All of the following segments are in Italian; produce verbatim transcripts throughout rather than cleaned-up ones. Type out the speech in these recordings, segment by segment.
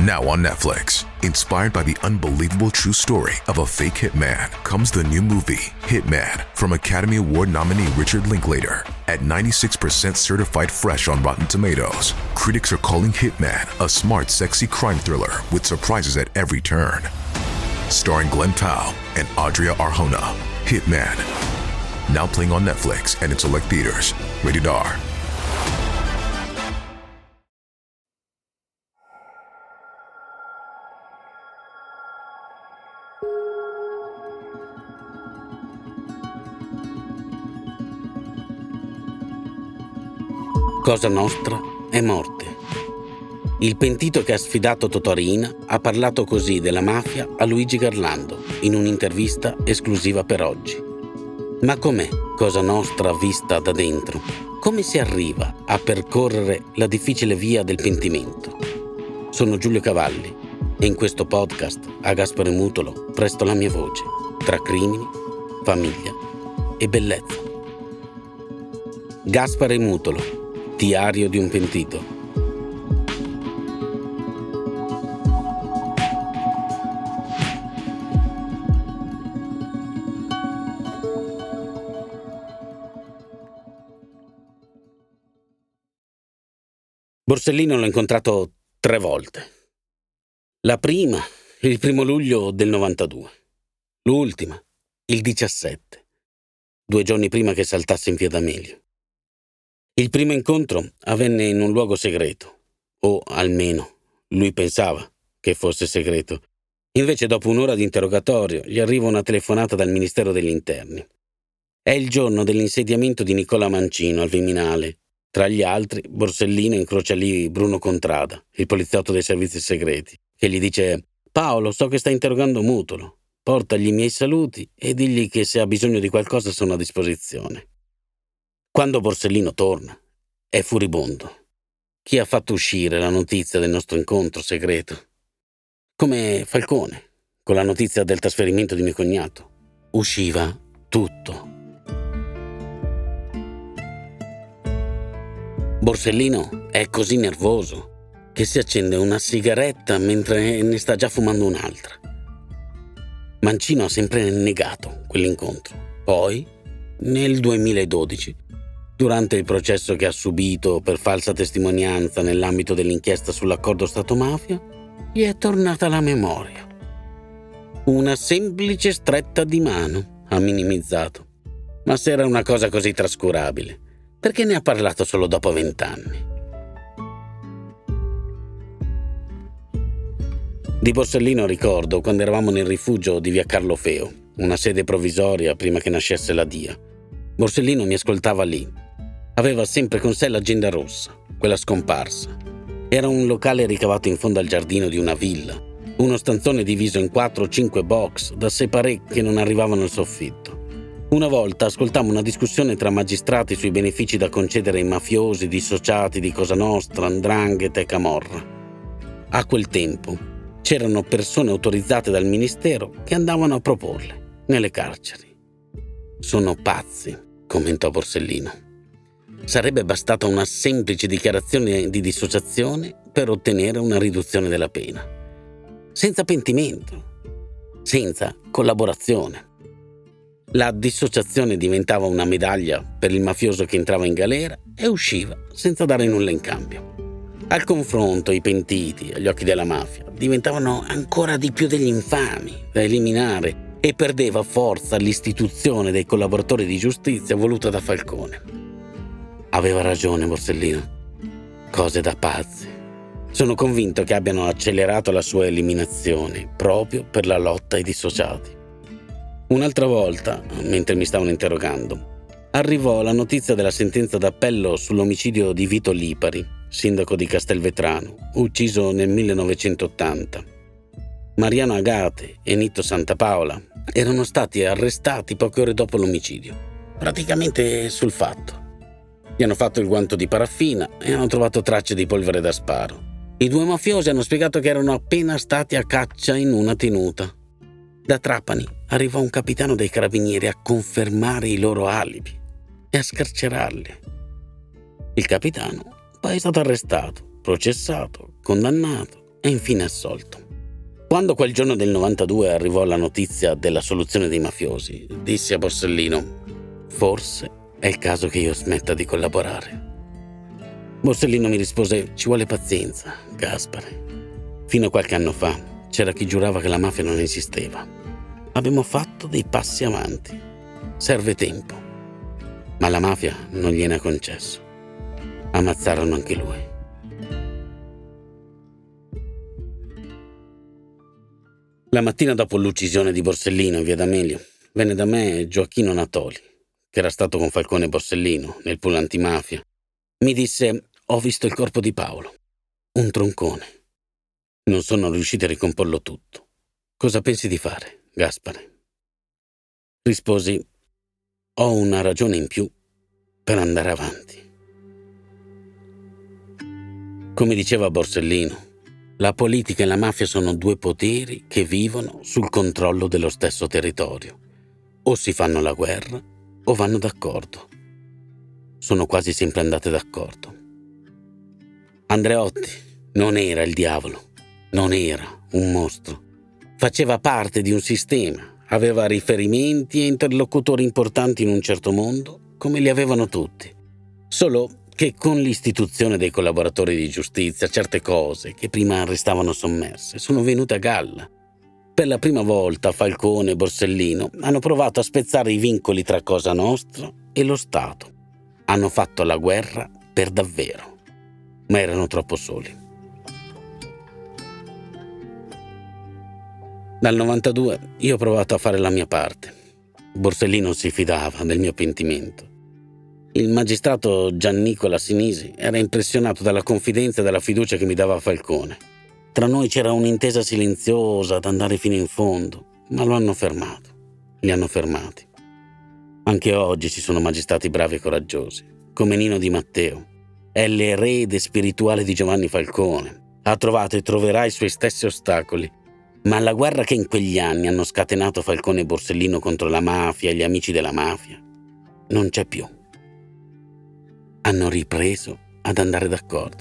Now on Netflix, inspired by the unbelievable true story of a fake hitman, comes the new movie, Hitman, from Academy Award nominee Richard Linklater. At ninety-six percent certified fresh on Rotten Tomatoes, critics are calling Hitman a smart, sexy crime thriller with surprises at every turn. Starring Glenn Powell and Adria Arjona, Hitman. Now playing on Netflix and in select theaters. Rated R. Cosa Nostra è morte. Il pentito che ha sfidato Totò Riina ha parlato così della mafia a Luigi Garlando in un'intervista esclusiva per oggi. Ma com'è Cosa Nostra vista da dentro? Come si arriva a percorrere la difficile via del pentimento? Sono Giulio Cavalli e in questo podcast a Gaspare Mutolo presto la mia voce tra crimini, famiglia e bellezza. Gaspare Mutolo, diario di un pentito. Borsellino l'ho incontrato tre volte. La prima, il primo luglio del novantadue. L'ultima, il diciassette, due giorni prima che saltasse in via D'Amelio. Il primo incontro avvenne in un luogo segreto, o almeno lui pensava che fosse segreto. Invece dopo un'ora di interrogatorio gli arriva una telefonata dal Ministero degli Interni. È il giorno dell'insediamento di Nicola Mancino al Viminale. Tra gli altri, Borsellino incrocia lì Bruno Contrada, il poliziotto dei servizi segreti, che gli dice: «Paolo, so che sta interrogando Mutolo. Portagli i miei saluti e digli che se ha bisogno di qualcosa sono a disposizione». Quando Borsellino torna, è furibondo. Chi ha fatto uscire la notizia del nostro incontro segreto? Come Falcone, con la notizia del trasferimento di mio cognato. Usciva tutto. Borsellino è così nervoso che si accende una sigaretta mentre ne sta già fumando un'altra. Mancino ha sempre negato quell'incontro. Poi, nel duemiladodici, durante il processo che ha subito per falsa testimonianza nell'ambito dell'inchiesta sull'accordo Stato-mafia, gli è tornata la memoria. Una semplice stretta di mano, ha minimizzato. Ma se era una cosa così trascurabile, perché ne ha parlato solo dopo vent'anni? Di Borsellino ricordo quando eravamo nel rifugio di via Carlo Feo, una sede provvisoria prima che nascesse la D I A. Borsellino mi ascoltava lì. Aveva sempre con sé l'agenda rossa, quella scomparsa. Era un locale ricavato in fondo al giardino di una villa, uno stanzone diviso in quattro o cinque box da separé che non arrivavano al soffitto. Una volta ascoltammo una discussione tra magistrati sui benefici da concedere ai mafiosi dissociati di Cosa Nostra, 'ndrangheta e camorra. A quel tempo c'erano persone autorizzate dal ministero che andavano a proporle nelle carceri. «Sono pazzi», commentò Borsellino. Sarebbe bastata una semplice dichiarazione di dissociazione per ottenere una riduzione della pena. Senza pentimento, senza collaborazione. La dissociazione diventava una medaglia per il mafioso che entrava in galera e usciva senza dare nulla in cambio. Al confronto, i pentiti, agli occhi della mafia, diventavano ancora di più degli infami da eliminare e perdeva forza l'istituzione dei collaboratori di giustizia voluta da Falcone. Aveva ragione Borsellino. Cose da pazzi. Sono convinto che abbiano accelerato la sua eliminazione proprio per la lotta ai dissociati. Un'altra volta, mentre mi stavano interrogando, arrivò la notizia della sentenza d'appello sull'omicidio di Vito Lipari, sindaco di Castelvetrano, ucciso nel millenovecentottanta. Mariano Agate e Nitto Santapaola erano stati arrestati poche ore dopo l'omicidio, praticamente sul fatto. Gli hanno fatto il guanto di paraffina e hanno trovato tracce di polvere da sparo. I due mafiosi hanno spiegato che erano appena stati a caccia in una tenuta. Da Trapani arrivò un capitano dei carabinieri a confermare i loro alibi e a scarcerarli. Il capitano poi è stato arrestato, processato, condannato e infine assolto. Quando quel giorno del novantadue arrivò la notizia della soluzione dei mafiosi, dissi a Borsellino: forse è il caso che io smetta di collaborare. Borsellino mi rispose: ci vuole pazienza, Gaspare. Fino a qualche anno fa c'era chi giurava che la mafia non esisteva. Abbiamo fatto dei passi avanti. Serve tempo. Ma la mafia non gliene ha concesso. Ammazzarono anche lui. La mattina dopo l'uccisione di Borsellino in via D'Amelio, venne da me Gioacchino Natoli, che era stato con Falcone e Borsellino nel pool antimafia. Mi disse: ho visto il corpo di Paolo. Un troncone. Non sono riusciti a ricomporlo tutto. Cosa pensi di fare, Gaspare? Risposi: ho una ragione in più per andare avanti. Come diceva Borsellino, la politica e la mafia sono due poteri che vivono sul controllo dello stesso territorio. O si fanno la guerra o vanno d'accordo. Sono quasi sempre andate d'accordo. Andreotti non era il diavolo, non era un mostro. Faceva parte di un sistema, aveva riferimenti e interlocutori importanti in un certo mondo, come li avevano tutti. Solo che con l'istituzione dei collaboratori di giustizia certe cose che prima restavano sommerse sono venute a galla. Per la prima volta Falcone e Borsellino hanno provato a spezzare i vincoli tra Cosa Nostra e lo Stato. Hanno fatto la guerra per davvero, ma erano troppo soli. Dal novantadue io ho provato a fare la mia parte. Borsellino si fidava del mio pentimento. Il magistrato Giannicola Sinisi era impressionato dalla confidenza e dalla fiducia che mi dava Falcone. Tra noi c'era un'intesa silenziosa ad andare fino in fondo, ma lo hanno fermato. Li hanno fermati. Anche oggi ci sono magistrati bravi e coraggiosi, come Nino Di Matteo. È l'erede spirituale di Giovanni Falcone. Ha trovato e troverà i suoi stessi ostacoli. Ma la guerra che in quegli anni hanno scatenato Falcone e Borsellino contro la mafia e gli amici della mafia non c'è più. Hanno ripreso ad andare d'accordo.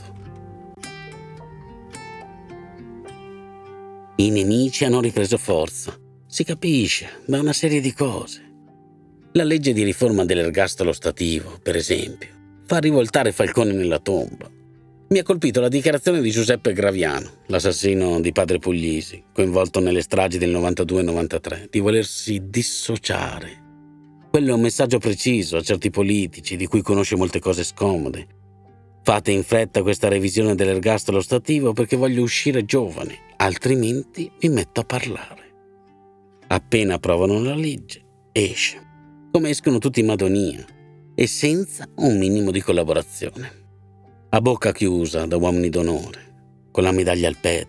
I nemici hanno ripreso forza. Si capisce da una serie di cose. La legge di riforma dell'ergastolo stativo, per esempio, fa rivoltare Falcone nella tomba. Mi ha colpito la dichiarazione di Giuseppe Graviano, l'assassino di padre Puglisi, coinvolto nelle stragi del novantadue novantatré, di volersi dissociare. Quello è un messaggio preciso a certi politici di cui conosce molte cose scomode. Fate in fretta questa revisione dell'ergastolo stativo perché voglio uscire giovane, altrimenti mi metto a parlare. Appena approvano la legge, esce, come escono tutti in Madonia, e senza un minimo di collaborazione. A bocca chiusa da uomini d'onore, con la medaglia al petto.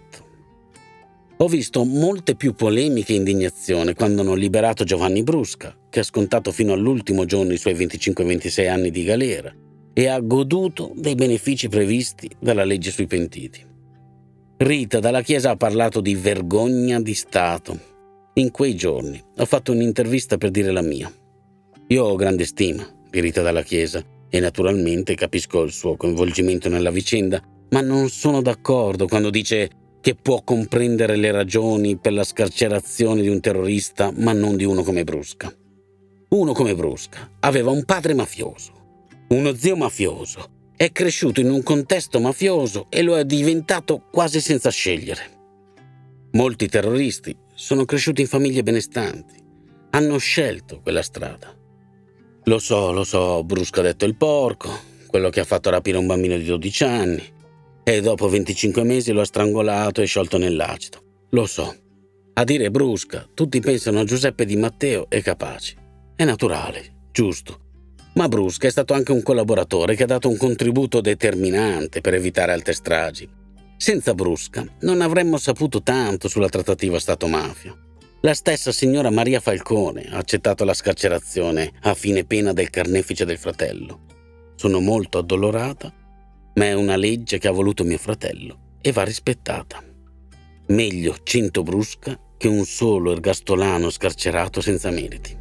Ho visto molte più polemiche e indignazione quando hanno liberato Giovanni Brusca, che ha scontato fino all'ultimo giorno i suoi venticinque ventisei anni di galera e ha goduto dei benefici previsti dalla legge sui pentiti. Rita Dalla Chiesa ha parlato di vergogna di Stato. In quei giorni ho fatto un'intervista per dire la mia. Io ho grande stima di Rita Dalla Chiesa e naturalmente capisco il suo coinvolgimento nella vicenda, ma non sono d'accordo quando dice che può comprendere le ragioni per la scarcerazione di un terrorista, ma non di uno come Brusca. Uno come Brusca aveva un padre mafioso, uno zio mafioso, è cresciuto in un contesto mafioso e lo è diventato quasi senza scegliere. Molti terroristi sono cresciuti in famiglie benestanti, hanno scelto quella strada. Lo so, lo so, Brusca ha detto il porco, quello che ha fatto rapire un bambino di dodici anni, e dopo venticinque mesi lo ha strangolato e sciolto nell'acido. Lo so. A dire Brusca, tutti pensano a Giuseppe Di Matteo e Capaci. È naturale, giusto. Ma Brusca è stato anche un collaboratore che ha dato un contributo determinante per evitare altre stragi. Senza Brusca non avremmo saputo tanto sulla trattativa Stato-mafia. La stessa signora Maria Falcone ha accettato la scarcerazione a fine pena del carnefice del fratello. Sono molto addolorata, ma è una legge che ha voluto mio fratello e va rispettata. Meglio cento Brusca che un solo ergastolano scarcerato senza meriti.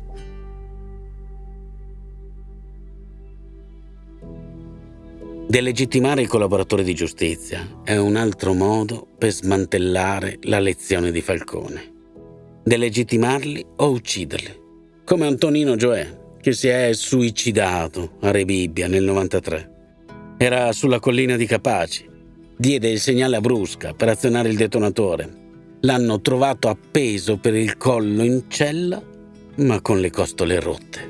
Delegittimare i collaboratori di giustizia è un altro modo per smantellare la lezione di Falcone. Delegittimarli o ucciderli, come Antonino Gioè, che si è suicidato a Rebibbia nel novantatré. Era sulla collina di Capaci, diede il segnale a Brusca per azionare il detonatore. L'hanno trovato appeso per il collo in cella, ma con le costole rotte.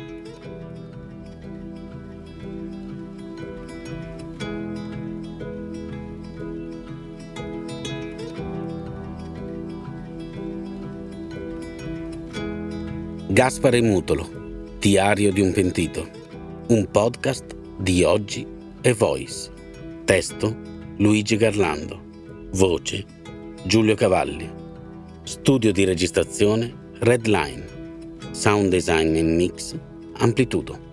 Gaspare Mutolo, Diario di un pentito, un podcast di Oggi e Voice. Testo Luigi Garlando, voce Giulio Cavalli, studio di registrazione Redline, sound design e mix Amplitudo.